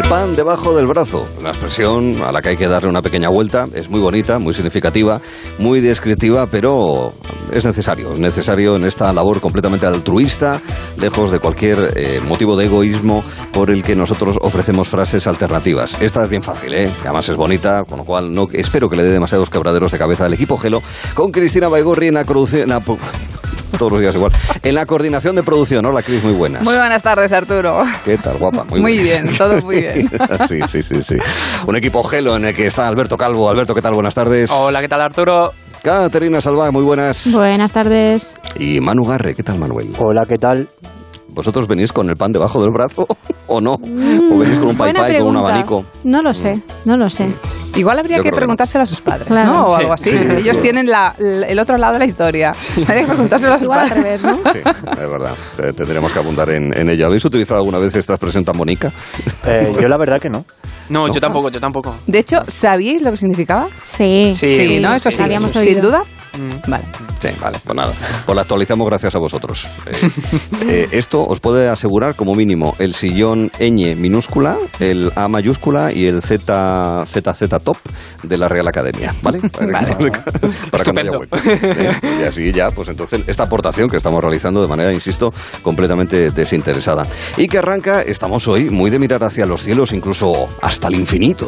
pan debajo del brazo. Una expresión a la que hay que darle una pequeña vuelta. Es muy bonita, muy significativa, muy descriptiva, pero es necesario en esta labor completamente altruista, lejos de cualquier motivo de egoísmo por el que nosotros ofrecemos frases alternativas. Esta es bien fácil, además es bonita, con lo cual no espero que le dé demasiados quebraderos de cabeza al equipo Gelo, con Cristina Baigorri en la producción... Todos los días igual. En la coordinación de producción. Hola, Cris, muy buenas. Muy buenas tardes, Arturo. ¿Qué tal, guapa? Muy bien, todo muy bien. Sí. Un equipo Gelo en el que está Alberto Calvo. Alberto, ¿qué tal? Buenas tardes. Hola, ¿qué tal, Arturo? Caterina Salvá, muy buenas. Buenas tardes. Y Manu Garre, ¿qué tal, Manuel? Hola, ¿qué tal? ¿Vosotros venís con el pan debajo del brazo o no? ¿O venís con un pay con un abanico? No lo sé. Igual habría que preguntárselo a sus padres, claro, ¿no? O algo así. Sí, ellos tienen el otro lado de la historia. Habría que preguntárselo a sus padres. Al revés, ¿no? Sí, es verdad. Tendremos que apuntar en ello. ¿Habéis utilizado alguna vez esta expresión tan bonita? Yo la verdad que no. No, yo tampoco. De hecho, ¿sabíais lo que significaba? Sí, ¿no? Eso sí. Habíamos Sin oído. duda. Vale. Sí, vale, pues nada. Os la actualizamos gracias a vosotros. Esto os puede asegurar como mínimo el sillón ñ minúscula, el A mayúscula y el ZZZ top de la Real Academia, ¿vale? Para que no haya hueco. Y así ya, pues entonces esta aportación que estamos realizando de manera, insisto, completamente desinteresada. Y que arranca, estamos hoy muy de mirar hacia los cielos, incluso hasta el infinito.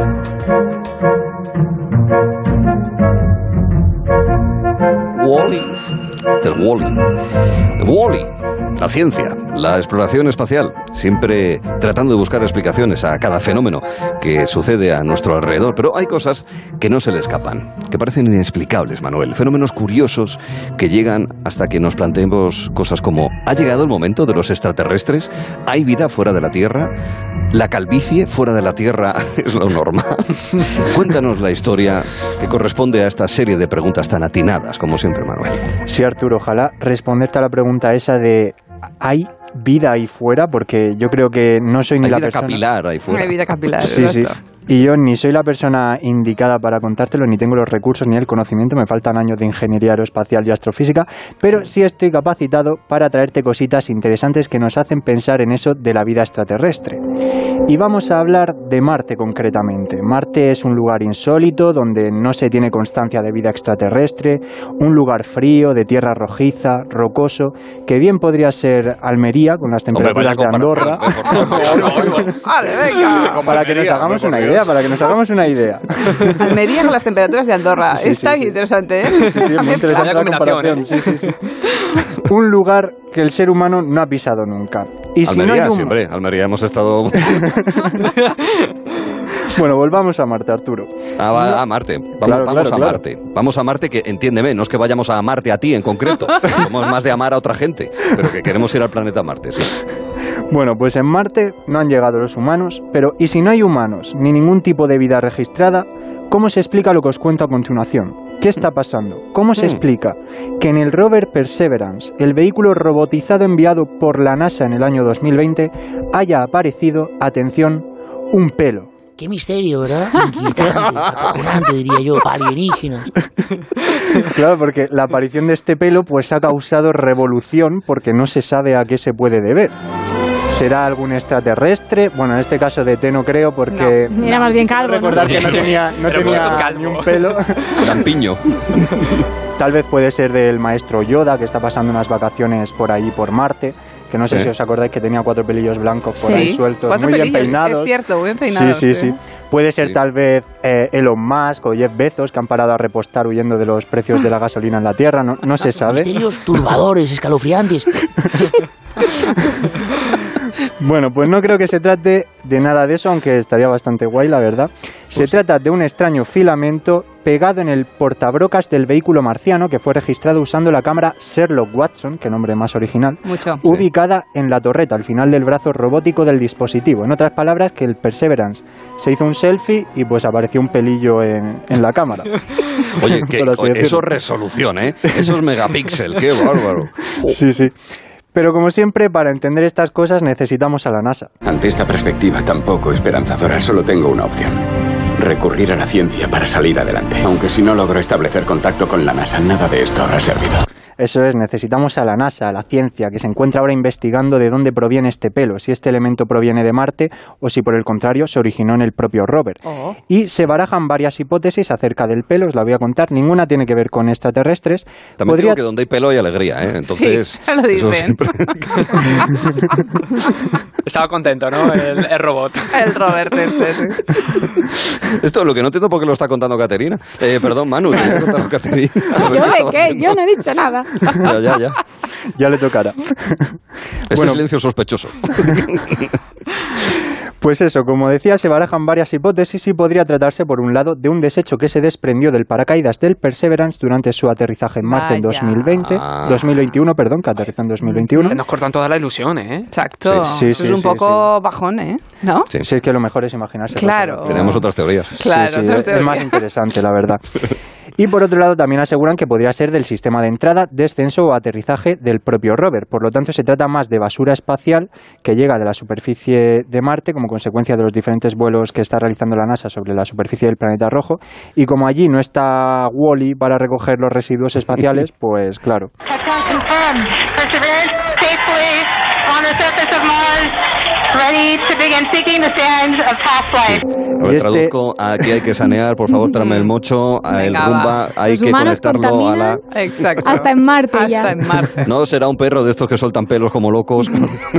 Wall-E, la ciencia, la exploración espacial, siempre tratando de buscar explicaciones a cada fenómeno que sucede a nuestro alrededor. Pero hay cosas que no se le escapan, que parecen inexplicables, Manuel. Fenómenos curiosos que llegan hasta que nos planteemos cosas como: ¿ha llegado el momento de los extraterrestres? ¿Hay vida fuera de la Tierra? ¿La calvicie fuera de la Tierra es lo normal? Cuéntanos la historia que corresponde a esta serie de preguntas tan atinadas, como siempre, Manuel. Sí, Arturo, ojalá responderte a la pregunta esa de ¿hay vida ahí fuera? Porque yo creo que no soy ni la persona... Hay vida capilar ahí fuera. Hay vida capilar. Sí. Y yo ni soy la persona indicada para contártelo, ni tengo los recursos ni el conocimiento, me faltan años de ingeniería aeroespacial y astrofísica, pero sí estoy capacitado para traerte cositas interesantes que nos hacen pensar en eso de la vida extraterrestre. Y vamos a hablar de Marte concretamente. Marte es un lugar insólito donde no se tiene constancia de vida extraterrestre, un lugar frío, de tierra rojiza, rocoso, que bien podría ser Almería con las temperaturas de Andorra. Vale, venga. Para que nos hagamos una idea. Almería con las temperaturas de Andorra. Sí, Está sí. interesante, ¿eh? Sí, muy interesante la comparación. Sí. Un lugar que el ser humano no ha pisado nunca. Y Almería, si no hay siempre. Almería hemos estado... Bueno, volvamos a Marte, Arturo. A Marte. Vamos a Marte. Claro. Vamos a Marte, que entiéndeme, no es que vayamos a amarte a ti en concreto. Somos más de amar a otra gente, pero que queremos ir al planeta Marte, sí. Bueno, pues en Marte no han llegado los humanos, pero ¿y si no hay humanos ni ningún tipo de vida registrada? ¿Cómo se explica lo que os cuento a continuación? ¿Qué está pasando? ¿Cómo se explica que en el rover Perseverance, el vehículo robotizado enviado por la NASA en el año 2020, haya aparecido, atención, un pelo? Qué misterio, ¿verdad? Inquietante, acojonante, diría yo, alienígenas. Claro, porque la aparición de este pelo pues ha causado revolución porque no se sabe a qué se puede deber. ¿Será algún extraterrestre? Bueno, en este caso de ET no creo porque... No, era más bien calvo, ¿no? Recordar que no tenía ni un pelo. Lampiño. Tal vez puede ser del maestro Yoda, que está pasando unas vacaciones por ahí, por Marte, que no sé si os acordáis que tenía 4 pelillos blancos por ahí sueltos, muy bien peinados. Es cierto, muy bien peinados. Sí. Puede ser tal vez Elon Musk o Jeff Bezos, que han parado a repostar huyendo de los precios de la gasolina en la Tierra, no se sabe. Misterios turbadores, escalofriantes. Bueno, pues no creo que se trate de nada de eso, aunque estaría bastante guay, la verdad. Se trata de un extraño filamento pegado en el portabrocas del vehículo marciano que fue registrado usando la cámara Sherlock Watson, que nombre más original, ubicada en la torreta, al final del brazo robótico del dispositivo. En otras palabras, que el Perseverance se hizo un selfie y pues apareció un pelillo en la cámara. Oye, eso es resolución, ¿eh? Eso es megapíxel, qué bárbaro. Sí. Pero como siempre, para entender estas cosas necesitamos a la NASA. Ante esta perspectiva tan poco esperanzadora, solo tengo una opción: recurrir a la ciencia para salir adelante. Aunque si no logro establecer contacto con la NASA, nada de esto habrá servido. Eso es, necesitamos a la NASA, a la ciencia, que se encuentra ahora investigando de dónde proviene este pelo, si este elemento proviene de Marte o si por el contrario se originó en el propio rover. Y se barajan varias hipótesis acerca del pelo, os la voy a contar, ninguna tiene que ver con extraterrestres. También digo que donde hay pelo hay alegría, ¿eh? Entonces, sí, lo dicen. Siempre... Estaba contento, ¿no? El robot. El Robert sí. Esto es lo que no entiendo por qué lo está contando Caterina. Perdón, Manu, ¿te ha contado Caterina? ¿Yo de qué? Yo no he dicho nada. Ya. Ya le tocará. Ese silencio sospechoso. Pues eso, como decía, se barajan varias hipótesis y podría tratarse, por un lado, de un desecho que se desprendió del paracaídas del Perseverance durante su aterrizaje en Marte en 2021, que aterrizó en 2021. Nos cortan toda la ilusión, ¿eh? Exacto. Sí, Eso es un poco bajón, ¿eh? ¿No? Sí, es que lo mejor es imaginarse. Claro. Tenemos otras teorías. Claro, otras teorías. Es más interesante, la verdad. Y por otro lado también aseguran que podría ser del sistema de entrada, descenso o aterrizaje del propio rover. Por lo tanto, se trata más de basura espacial que llega de la superficie de Marte como consecuencia de los diferentes vuelos que está realizando la NASA sobre la superficie del planeta rojo. Y como allí no está Wall-E para recoger los residuos espaciales, pues claro. A ver, traduzco, aquí hay que sanear, por favor, tráeme el mocho, el rumba, hay que conectarlo a la... Exacto. Hasta en Marte ya. Hasta en Marte. No será un perro de estos que sueltan pelos como locos.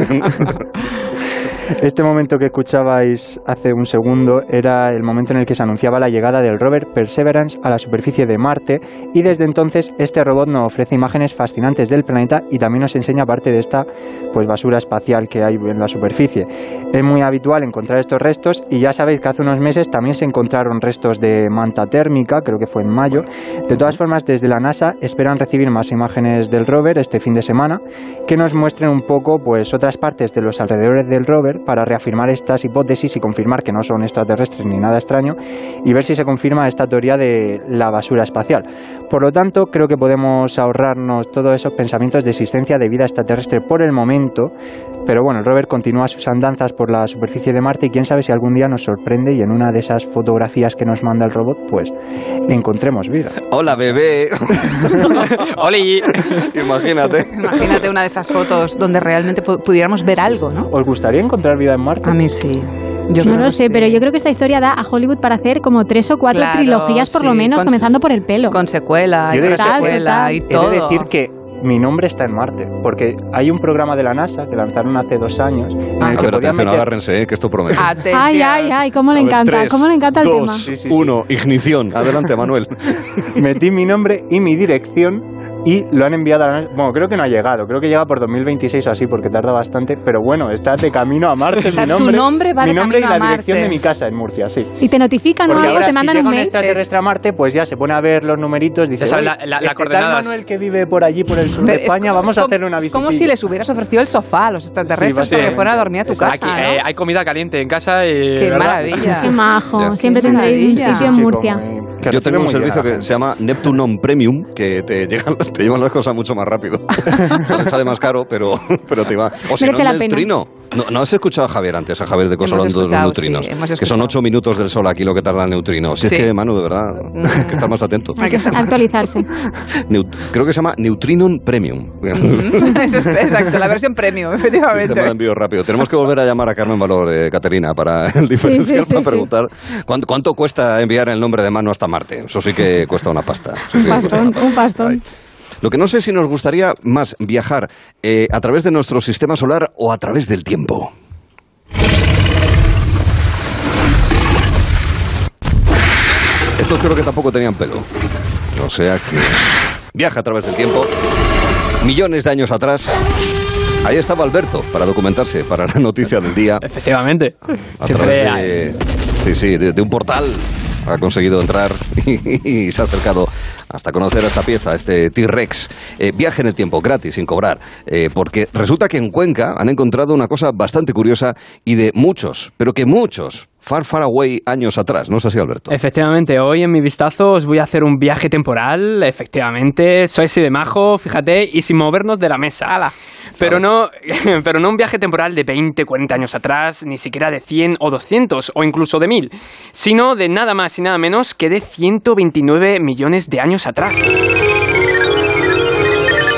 Este momento que escuchabais hace un segundo era el momento en el que se anunciaba la llegada del rover Perseverance a la superficie de Marte, y desde entonces este robot nos ofrece imágenes fascinantes del planeta y también nos enseña parte de esta basura espacial que hay en la superficie. Es muy habitual encontrar estos restos y ya sabéis que hace unos meses también se encontraron restos de manta térmica, creo que fue en mayo. De todas formas, desde la NASA esperan recibir más imágenes del rover este fin de semana que nos muestren un poco otras partes de los alrededores del rover para reafirmar estas hipótesis y confirmar que no son extraterrestres ni nada extraño, y ver si se confirma esta teoría de la basura espacial. Por lo tanto, creo que podemos ahorrarnos todos esos pensamientos de existencia de vida extraterrestre por el momento, pero bueno, el rover continúa sus andanzas por la superficie de Marte y quién sabe si algún día nos sorprende y en una de esas fotografías que nos manda el robot, encontremos vida. ¡Hola, bebé! ¡Oli! Imagínate una de esas fotos donde realmente pudiéramos ver algo, ¿no? ¿Os gustaría encontrar vida en Marte? A mí sí. Yo no lo sé, pero yo creo que esta historia da a Hollywood para hacer como 3 o 4 trilogías por lo menos, comenzando por el pelo. Con secuela, y secuela y todo. He de decir que mi nombre está en Marte, porque hay un programa de la NASA que lanzaron hace 2 años en el que podían meter... agárrense, que esto promete. Ay, cómo le encanta, 3, cómo le encanta 2, el tema. Sí. 1, ignición. Adelante, Manuel. Metí mi nombre y mi dirección y lo han enviado a la NASA. Bueno, creo que no ha llegado, creo que llega por 2026 o así, porque tarda bastante, pero bueno, está de camino a Marte. Mi nombre va de camino a Marte. Mi nombre y la dirección de mi casa en Murcia, sí. Y te notifican, porque ¿no? Algo, ahora, te mandan si llega un mail. extraterrestre a Marte, pues ya se pone a ver los numeritos, dice, las coordenadas. Tal Manuel que vive por allí, por el sur de España, vamos a hacerle una visita. Es como si les hubieras ofrecido el sofá a los extraterrestres para que fueran a dormir a tu casa. Aquí, hay comida caliente en casa y... ¡Qué maravilla! ¡Qué majo! Siempre tendréis un sitio en Murcia. Yo tengo un servicio que se llama Neptunon Premium, que te llevan las cosas mucho más rápido. Sale más caro, pero te va. O si no, el neutrino. ¿No has escuchado a Javier antes, a Javier de Cosas hablando de los neutrinos? Sí, que son 8 minutos del sol aquí lo que tarda el neutrino. Si es que, Manu, de verdad, hay que estar más atento. Hay que actualizarse. Creo que se llama Neutrinon Premium. Exacto, la versión premium, efectivamente. Sistema de envío rápido. Tenemos que volver a llamar a Carmen Valor, Caterina, para el diferencial, para preguntar cuánto cuesta enviar el nombre de Manu hasta Marte. Eso sí que cuesta una pasta. Un pastón. Lo que no sé si nos gustaría más viajar a través de nuestro sistema solar o a través del tiempo. Estos creo que tampoco tenían pelo. O sea que viaja a través del tiempo. Millones de años atrás. Ahí estaba Alberto para documentarse para la noticia del día. Efectivamente. A través de un portal. Ha conseguido entrar y se ha acercado hasta conocer a esta pieza, este T-Rex. Viaje en el tiempo, gratis, sin cobrar. Porque resulta que en Cuenca han encontrado una cosa bastante curiosa y de muchos, pero que muchos, far away años atrás. ¿No es así, Alberto? Efectivamente, hoy en mi vistazo os voy a hacer un viaje temporal, efectivamente, soy así de majo, fíjate, y sin movernos de la mesa. ¡Hala! Pero no un viaje temporal de 20, 40 años atrás, ni siquiera de 100 o 200 o incluso de 1000, sino de nada más y nada menos que de 129 millones de años atrás.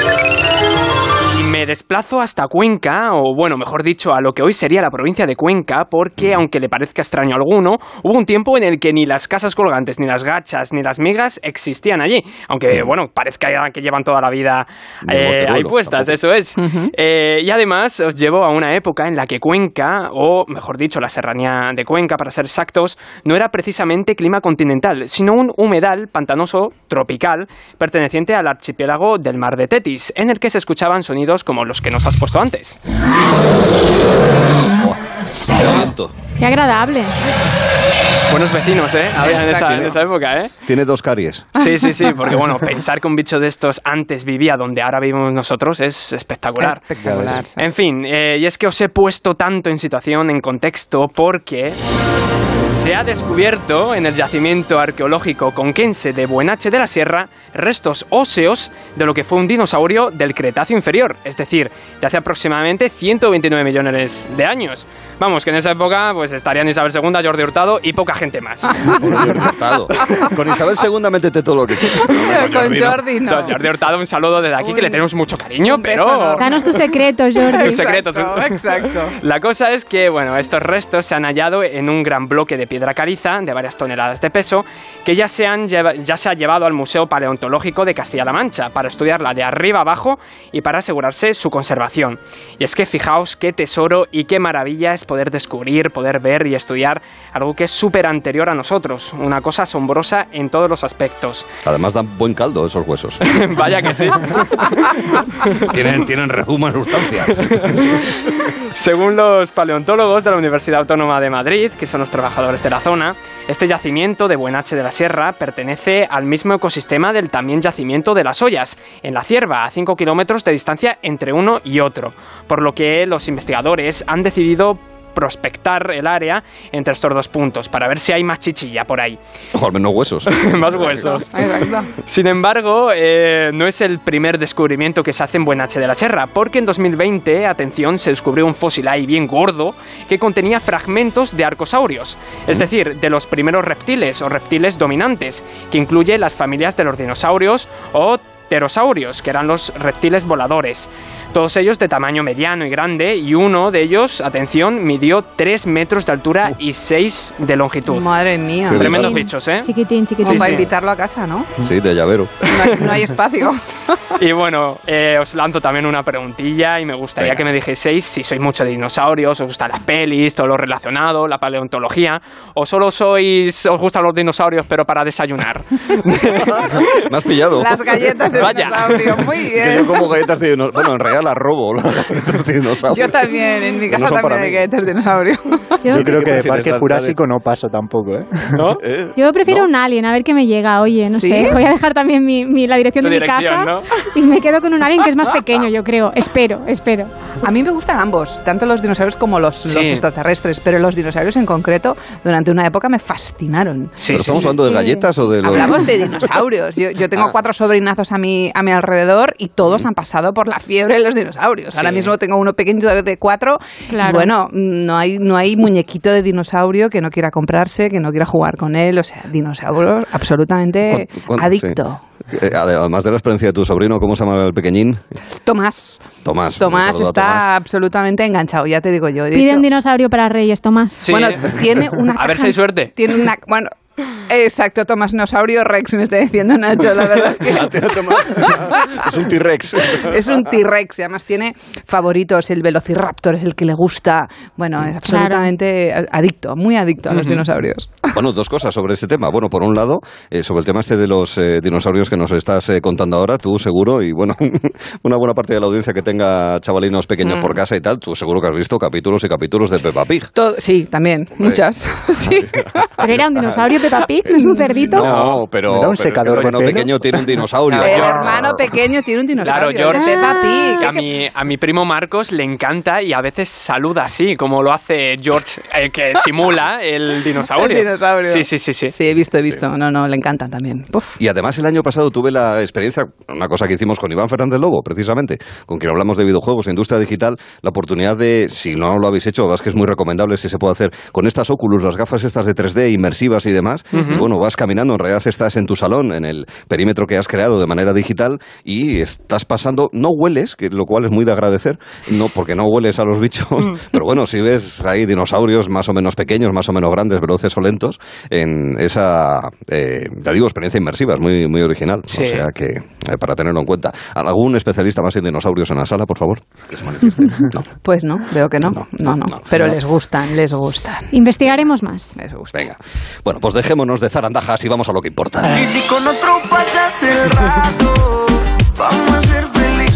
desplazo hasta Cuenca, o bueno, mejor dicho, a lo que hoy sería la provincia de Cuenca, porque aunque le parezca extraño a alguno, hubo un tiempo en el que ni las casas colgantes, ni las gachas, ni las migas existían allí. Aunque, bueno, parezca que llevan toda la vida ahí puestas, eso es. Y además os llevo a una época en la que Cuenca, o mejor dicho, la serranía de Cuenca, para ser exactos, no era precisamente clima continental, sino un humedal pantanoso tropical perteneciente al archipiélago del Mar de Tetis, en el que se escuchaban sonidos como los que nos has puesto antes. ¡Qué agradable! Buenos vecinos, había en esa época, Tiene 2 caries. Sí, porque bueno, pensar que un bicho de estos antes vivía donde ahora vivimos nosotros es espectacular. Espectacular. Sí. En fin, y es que os he puesto tanto en situación, en contexto, porque se ha descubierto en el yacimiento arqueológico conquense de Buenache de la Sierra restos óseos de lo que fue un dinosaurio del Cretáceo inferior, es decir, de hace aproximadamente 129 millones de años. Vamos, que en esa época pues estarían Isabel II, Jordi Hurtado y poca gente más. Con Isabel II métete todo lo que quieras. Con Jordi no. Jordi Hurtado, un saludo desde aquí, que le tenemos mucho cariño, pero... Danos tus secretos, Jordi. Tus secretos. Exacto. La cosa es que, bueno, estos restos se han hallado en un gran bloque de piedra caliza de varias toneladas de peso que ya se ha llevado al Museo Paleontológico de Castilla-La Mancha para estudiarla de arriba abajo y para asegurarse su conservación. Y es que fijaos qué tesoro y qué maravilla es poder descubrir, poder ver y estudiar algo que es súper anterior a nosotros, una cosa asombrosa en todos los aspectos. Además dan buen caldo esos huesos. Vaya que sí. tienen rehuma sustancia. Según los paleontólogos de la Universidad Autónoma de Madrid, que son los trabajadores de la zona, este yacimiento de Buenache de la Sierra pertenece al mismo ecosistema del también yacimiento de Las Ollas, en La Cierva, a 5 kilómetros de distancia entre uno y otro, por lo que los investigadores han decidido prospectar el área entre estos 2 puntos para ver si hay más chichilla por ahí. O al menos huesos. Más huesos. Sin embargo, no es el primer descubrimiento que se hace en Buenache de la Sierra, porque en 2020, atención, se descubrió un fósil ahí bien gordo que contenía fragmentos de arcosaurios, es decir, de los primeros reptiles o reptiles dominantes, que incluye las familias de los dinosaurios o pterosaurios, que eran los reptiles voladores. Todos ellos de tamaño mediano y grande, y uno de ellos, atención, midió 3 metros de altura y 6 de longitud. Madre mía. Tremendos bichos, Chiquitín. Como para invitarlo a casa, ¿no? Sí, de llavero. No hay espacio. Y bueno, os lanzo también una preguntilla y me gustaría que me dijeseis si sois mucho de dinosaurios, os gustan las pelis, todo lo relacionado, la paleontología, o solo os gustan los dinosaurios pero para desayunar. Me has pillado. Las galletas de dinosaurio, muy bien. Es que yo como galletas de dinosaurio. Bueno, en realidad las robo, las galletas de dinosaurio. Yo también, en mi casa no también hay galletas de dinosaurio. Yo creo que de Parque Jurásico no paso tampoco, ¿No? Yo prefiero un alien, a ver qué me llega. Oye, no sé, voy a dejar también la dirección de mi casa, ¿no? Y me quedo con un alien que es más pequeño, yo creo. Espero. A mí me gustan ambos, tanto los dinosaurios como los extraterrestres, pero los dinosaurios en concreto, durante una época me fascinaron. ¿Pero estamos hablando de galletas o de los...? Hablamos de dinosaurios. Yo tengo 4 sobrinazos a mi alrededor y todos han pasado por la fiebre de los dinosaurios. Ahora mismo tengo uno pequeño de 4 y bueno, no hay muñequito de dinosaurio que no quiera comprarse, que no quiera jugar con él. O sea, dinosaurios absolutamente adicto. Sí. Además de la experiencia de tu sobrino, ¿cómo se llama el pequeñín? Tomás está absolutamente enganchado, ya te digo yo. Pide un dinosaurio para Reyes, Tomás. Sí. Bueno, tiene una... A ver si hay suerte. Tiene una... Bueno... Exacto, Tomás Dinosaurio Rex, me está diciendo Nacho, la verdad es que... Es un T-Rex. Es un T-Rex y además tiene favoritos, el Velociraptor es el que le gusta, bueno, es absolutamente adicto, muy adicto a los dinosaurios. Bueno, 2 cosas sobre este tema. Bueno, por un lado, sobre el tema este de los dinosaurios que nos estás contando ahora, tú seguro, y bueno, una buena parte de la audiencia que tenga chavalinos pequeños por casa y tal, tú seguro que has visto capítulos y capítulos de Peppa Pig. Sí, también, muchas. Sí. Pero era un dinosaurio Peppa Pig, ¿no es un cerdito? No, pero era un secador el hermano pequeño tiene un dinosaurio. El hermano pequeño tiene un dinosaurio. Claro, George, Peppa Pig. A mi primo Marcos le encanta y a veces saluda así, como lo hace George, que simula el dinosaurio. El dinosaurio. Sí. Sí, he visto. No, le encantan también. Uf. Y además el año pasado tuve la experiencia, una cosa que hicimos con Iván Fernández Lobo, precisamente, con quien hablamos de videojuegos e industria digital, la oportunidad de, si no lo habéis hecho, la verdad es que es muy recomendable si se puede hacer, con estas Oculus, las gafas estas de 3D inmersivas y demás, demás. Y bueno, vas caminando, en realidad estás en tu salón, en el perímetro que has creado de manera digital y estás pasando, no hueles, que lo cual es muy de agradecer, no porque no hueles a los bichos, pero bueno, si ves ahí dinosaurios más o menos pequeños, más o menos grandes, veloces o lentos, en esa, ya digo, experiencia inmersiva, es muy, muy original. Sí. O sea que, para tenerlo en cuenta. ¿Algún especialista más en dinosaurios en la sala, por favor? Que se manifieste. No. Pues no, veo que no. No. Pero les gustan. Investigaremos más. Les gusta. Venga. Bueno, pues dejémonos de zarandajas y vamos a lo que importa. Y si con otro pasas el rato, vamos a ser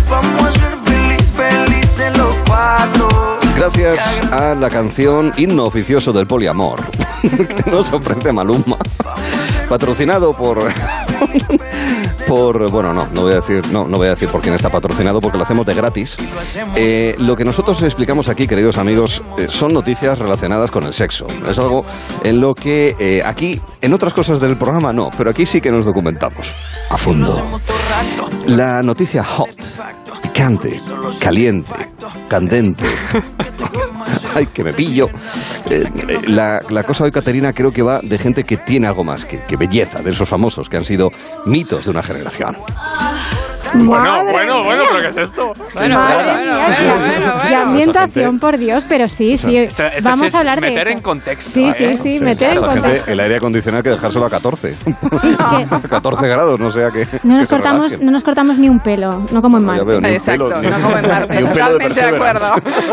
felices los cuatro. Gracias a la canción Himno Oficioso del Poliamor que nos ofrece Maluma, patrocinado por bueno, no voy a decir por quién está patrocinado porque lo hacemos de gratis. Lo que nosotros explicamos aquí, queridos amigos, son noticias relacionadas con el sexo. Es algo en lo que aquí, en otras cosas del programa no, pero aquí sí que nos documentamos a fondo. La noticia hot, picante, caliente, candente. Ay, que me pillo. La cosa hoy, Caterina, creo que va de gente que tiene algo más que belleza, de esos famosos que han sido mitos de una generación. Bueno, ¿pero qué es esto? Bueno, qué ambientación, por Dios, pero sí, vamos a hablar de eso. Meter en contexto. Sí, meter en contexto. Gente, el aire acondicionado hay que dejárselo a 14. 14 grados, no sea que... No nos cortamos ni un pelo, no como en Marte. Ya veo, ni un pelo, no como en Marte. Ni un pelo de acuerdo.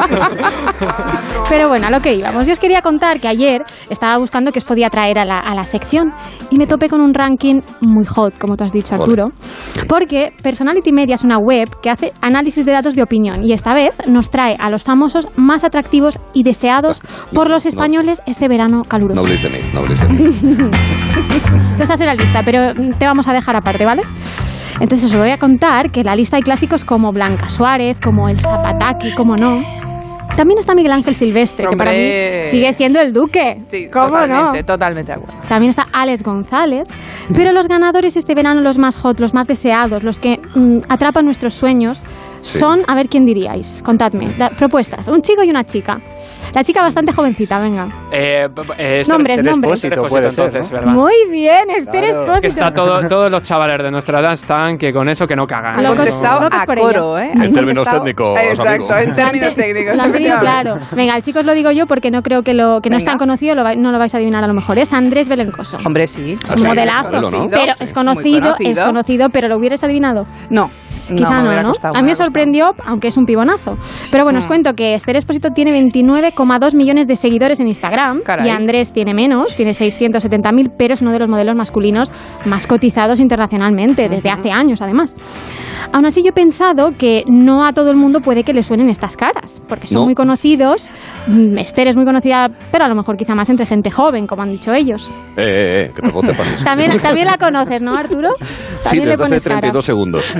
Pero bueno, a lo que íbamos. Yo os quería contar que ayer estaba buscando qué os podía traer a la sección y me topé con un ranking muy hot, como tú has dicho, Arturo, porque Personality Media es una web que hace análisis de datos de opinión y esta vez nos trae a los famosos más atractivos y deseados por los españoles este verano caluroso. No habléis de mí. No estás en la lista, pero te vamos a dejar aparte, ¿vale? Entonces os voy a contar que en la lista hay clásicos como Blanca Suárez, como el Zapataki, como no. También está Miguel Ángel Silvestre, que para mí sigue siendo el duque. Sí, ¿cómo no? Totalmente de acuerdo. También está Alex González. Pero los ganadores este verano, los más hot, los más deseados, los que atrapan nuestros sueños, son, a ver quién diríais, contadme, propuestas, un chico y una chica. La chica bastante jovencita, venga. Nombres. Expósito, puede ser, entonces, ¿no? ¿verdad? Muy bien, Esther Expósito. Es que está todos los chavales de nuestra edad están que con eso que no cagan. Lo he contestado a coro, En términos técnicos, exacto, en términos técnicos. Claro. Venga, el chico os lo digo yo porque no creo que no es tan conocido, no lo vais a adivinar a lo mejor. Es Andrés Belencoso. Hombre, sí. Es un modelazo, ¿no? Pero es conocido, pero ¿lo hubierais adivinado? No. Quizá no. A mí me sorprendió, aunque es un pibonazo. Pero bueno, os cuento que Esther Expósito tiene 29,2 millones de seguidores en Instagram. Caray. Y Andrés tiene menos, tiene 670.000, pero es uno de los modelos masculinos más cotizados internacionalmente, desde hace años además. Aún así yo he pensado que no a todo el mundo puede que le suenen estas caras, porque son muy conocidos. Esther es muy conocida, pero a lo mejor quizá más entre gente joven, como han dicho ellos. Que tampoco te pases. También la conoces, ¿no, Arturo? Sí, desde hace 32 segundos.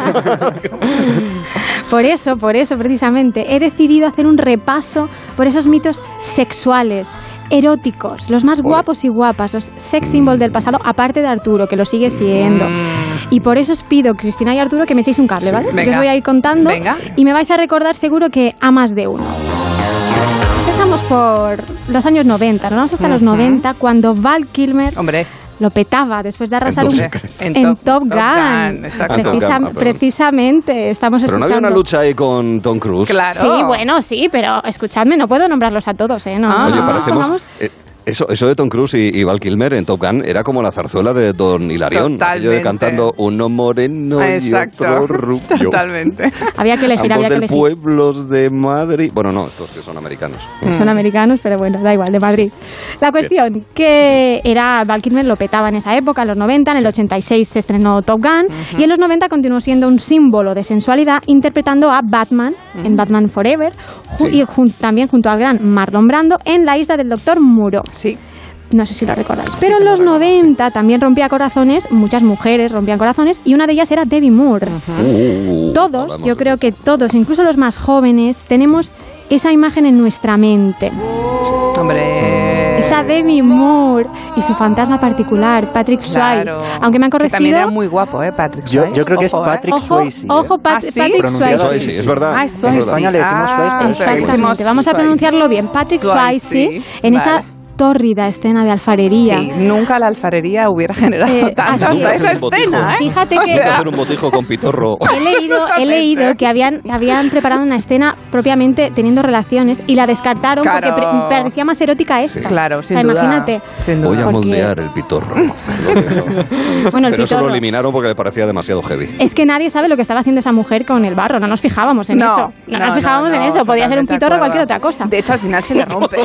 Por eso, precisamente, he decidido hacer un repaso por esos mitos sexuales, eróticos, los más guapos y guapas, los sex symbols del pasado, aparte de Arturo, que lo sigue siendo. Y por eso os pido, Cristina y Arturo, que me echéis un cable, ¿vale? Yo os voy a ir contando y me vais a recordar seguro que a más de uno. Empezamos por los años 90, nos vamos hasta los 90, cuando Val Kilmer... lo petaba después de arrasar en Top Gun. Precisamente, estamos escuchando. Pero no había una lucha ahí con Tom Cruise. Claro. Sí, bueno, sí, pero escuchadme, no puedo nombrarlos a todos, ¿eh? Oye, parecemos... Eso de Tom Cruise y Val Kilmer en Top Gun era como la zarzuela de Don Hilarión. Yo cantando uno moreno y otro rubio. Totalmente. Había que elegir, ambos del pueblos de Madrid. Bueno, no, estos que son americanos. Son americanos, pero bueno, da igual, de Madrid. La cuestión, que era Val Kilmer lo petaba en esa época, en los 90, en el 86 se estrenó Top Gun, y en los 90 continuó siendo un símbolo de sensualidad, interpretando a Batman en Batman Forever, y también junto al gran Marlon Brando en La isla del Doctor Moreau. Sí. No sé si lo recordáis. Pero en los 90 también rompía corazones, muchas mujeres rompían corazones, y una de ellas era Demi Moore. Todos, yo creo que todos, incluso los más jóvenes, tenemos esa imagen en nuestra mente. Hombre. Esa Demi Moore y su fantasma particular, Patrick Swayze. Aunque me han corregido. Que también era muy guapo, Patrick Swayze. Yo creo que es Patrick Swayze. Ojo, Patrick Swayze. Sí, es verdad. En España le decimos Swayze. Exactamente, vamos a pronunciarlo bien. Patrick Swayze, en esa tórrida escena de alfarería. Sí, nunca la alfarería hubiera generado tanto hasta esa escena, ¿eh? Fíjate que... hacer un botijo con pitorro. He leído que habían preparado una escena propiamente teniendo relaciones y la descartaron porque parecía más erótica esta. Sí. Claro, sin duda. Imagínate. Sin duda. Voy a moldear el pitorro. Bueno, pero eso lo eliminaron porque le parecía demasiado heavy. Es que nadie sabe lo que estaba haciendo esa mujer con el barro. No nos fijábamos en eso. No nos fijábamos en eso. Podía ser un pitorro o cualquier otra cosa. De hecho, al final se le rompe.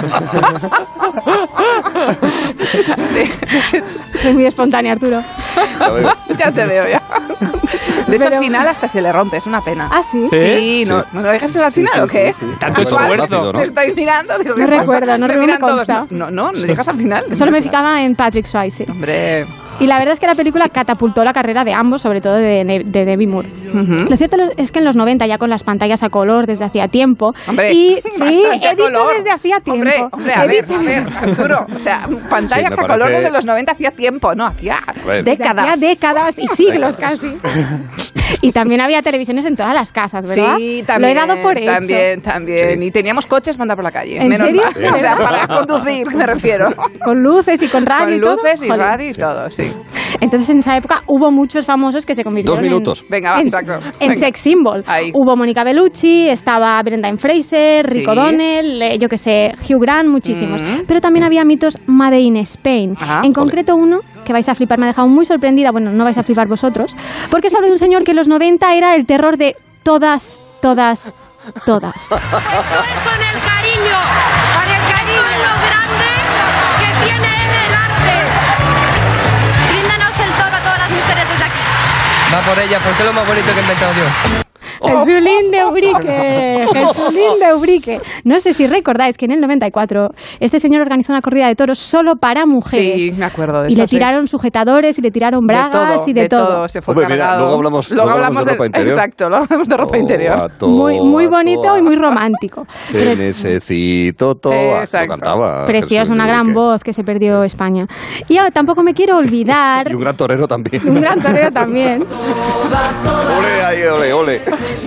Soy muy espontánea, Arturo. Ya te veo, ya. De hecho, al final hasta se le rompe, es una pena. ¿Ah, sí? Sí, ¿no lo dejaste al final o qué? Tanto esfuerzo. ¿Me estáis mirando? Digo, no recuerdo, no me consta. No llegas al final. Solo me fijaba en Patrick Swayze. Hombre... Y la verdad es que la película catapultó la carrera de ambos, sobre todo de Demi Moore. Lo cierto es que en los 90, ya con las pantallas a color desde hacía tiempo... Hombre, sí, he dicho desde hacía tiempo. Hombre, a ver, Arturo, o sea, pantallas a color desde los 90 hacía tiempo, no, hacía décadas. Hacía décadas y siglos casi. Y también había televisiones en todas las casas, ¿verdad? Sí, también. Lo he dado por hecho. También. Y teníamos coches para andar por la calle. ¿En serio? O sea, para conducir, me refiero. Con luces y con radio y todo. Con luces y radio y todo, sí. Entonces en esa época hubo muchos famosos que se convirtieron 2 minutos. En sex symbol. Ahí. Hubo Mónica Bellucci, estaba Brendan Fraser, Rick O'Donnell, yo que sé, Hugh Grant, muchísimos. Pero también había mitos made in Spain. En concreto uno que vais a flipar, me ha dejado muy sorprendida, bueno, no vais a flipar vosotros, porque es sobre un señor que en los 90 era el terror de todas. Esto es con el cariño, con lo grande que tiene el arte. Bríndanos el toro a todas las mujeres desde aquí. Va por ella, porque es lo más bonito que ha inventado Dios. Jesulín de Ubrique, Jesulín de Ubrique. No sé si recordáis que en el 94 este señor organizó una corrida de toros solo para mujeres. Sí, me acuerdo de y eso. le tiraron sujetadores y le tiraron bragas y de todo. Se fue Hombre, mira, luego hablamos de ropa interior. Exacto, luego hablamos de ropa interior. Muy bonito y muy romántico. Te necesito todo. Lo cantaba. Precioso, una gran voz que se perdió España. Y tampoco me quiero olvidar. Y un gran torero también. Un gran torero también. Ole, ahí, ole, ole.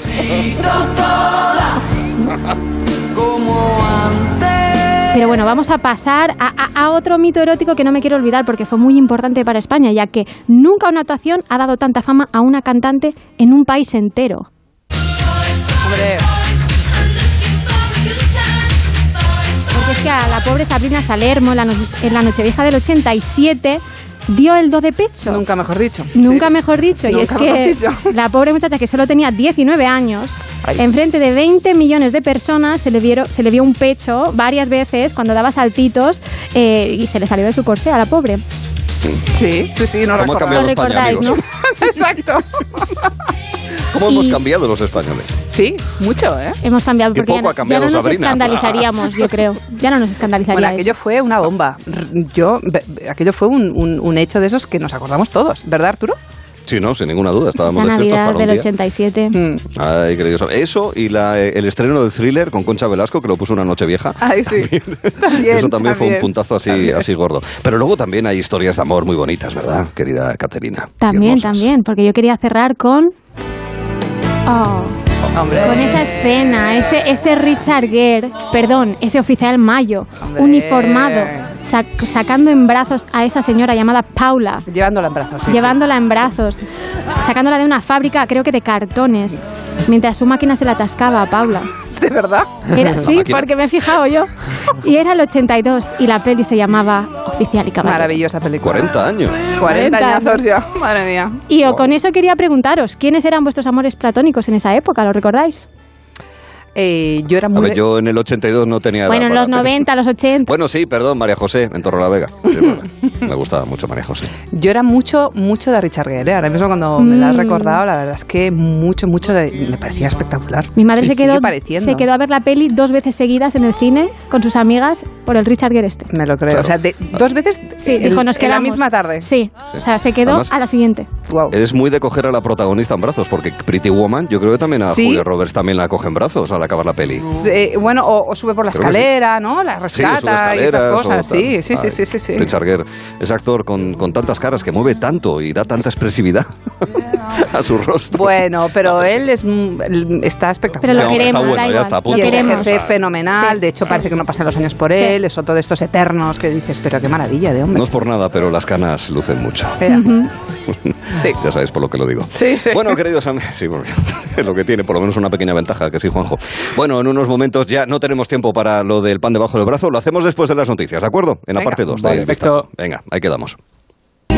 Pero bueno, vamos a pasar a otro mito erótico que no me quiero olvidar porque fue muy importante para España, ya que nunca una actuación ha dado tanta fama a una cantante en un país entero. Hombre. Porque es que a la pobre Sabrina Salermo en la Nochevieja del 87 dio el do de pecho. Nunca mejor dicho. Nunca mejor dicho. Y es que la pobre muchacha, que solo tenía 19 años, enfrente de 20 millones de personas se le vio un pecho varias veces cuando daba saltitos y se le salió de su corsé a la pobre. Sí, no ¿Cómo ha cambiado España, amigos? ¿No? Exacto. ¿Cómo hemos cambiado los españoles? Sí, mucho, ¿eh? Hemos cambiado porque ya no nos escandalizaríamos, yo creo. Ya no nos escandalizaría. Bueno, aquello fue una bomba. Aquello fue un hecho de esos que nos acordamos todos, ¿verdad, Arturo? Sí, no, sin ninguna duda. Estábamos esa despiertos Navidad para un del día. 87. Ay, qué Dios. Eso y el estreno del Thriller con Concha Velasco, que lo puso una noche vieja. Ay, sí. También, eso también fue un puntazo así gordo. Pero luego también hay historias de amor muy bonitas, ¿verdad, querida Caterina? También, porque yo quería cerrar con... Hombre. Con esa escena, ese Richard Gere, ese oficial Mayo, hombre, uniformado, sacando en brazos a esa señora llamada Paula. Llevándola en brazos. Llevándola en brazos, sacándola de una fábrica, creo que de cartones, mientras su máquina se la atascaba a Paula. ¿De verdad? Sí, porque me he fijado yo. Y era el 82 y la peli se llamaba Oficial y Caballero. Maravillosa película. 40 años. 40 añazos ya, madre mía. Y con eso quería preguntaros, ¿quiénes eran vuestros amores platónicos en esa época? ¿Lo recordáis? Yo era muy... yo en el 82 no tenía... Bueno, en los 90, los 80... Bueno, sí, perdón, María José, en Torrelavega. Sí, me gustaba mucho María José. Yo era mucho de Richard Gere. Ahora mismo cuando me la has recordado, la verdad es que mucho me parecía espectacular. Mi madre se quedó a ver la peli 2 veces seguidas en el cine con sus amigas por el Richard Gere este. Me lo creo. Claro. O sea, 2 veces dijo, nos quedamos. En la misma tarde. Sí, o sea, se quedó además, a la siguiente. Wow. Es muy de coger a la protagonista en brazos, porque Pretty Woman, yo creo que también a Julia Roberts también la coge en brazos al acabar la peli. Bueno, o sube por la escalera, sí. ¿no? La rescata y esas cosas. Sí. Richard Gere es actor con tantas caras que mueve tanto y da tanta expresividad. a su rostro. Bueno, pero él está espectacular. Pero lo queremos, está bueno, ya está a punto. Y envejece fenomenal, de hecho parece que no pasan los años por él, es otro de estos eternos que dices, pero qué maravilla de hombre. No es por nada, pero las canas lucen mucho. Sí. Ya sabéis por lo que lo digo. Sí, sí. Bueno, queridos amigos, sí, bueno, es lo que tiene, por lo menos una pequeña ventaja, que sí, Juanjo. Bueno, en unos momentos ya no tenemos tiempo para lo del pan debajo del brazo, lo hacemos después de las noticias, ¿de acuerdo? En la parte 2 del vistazo. Venga, ahí quedamos.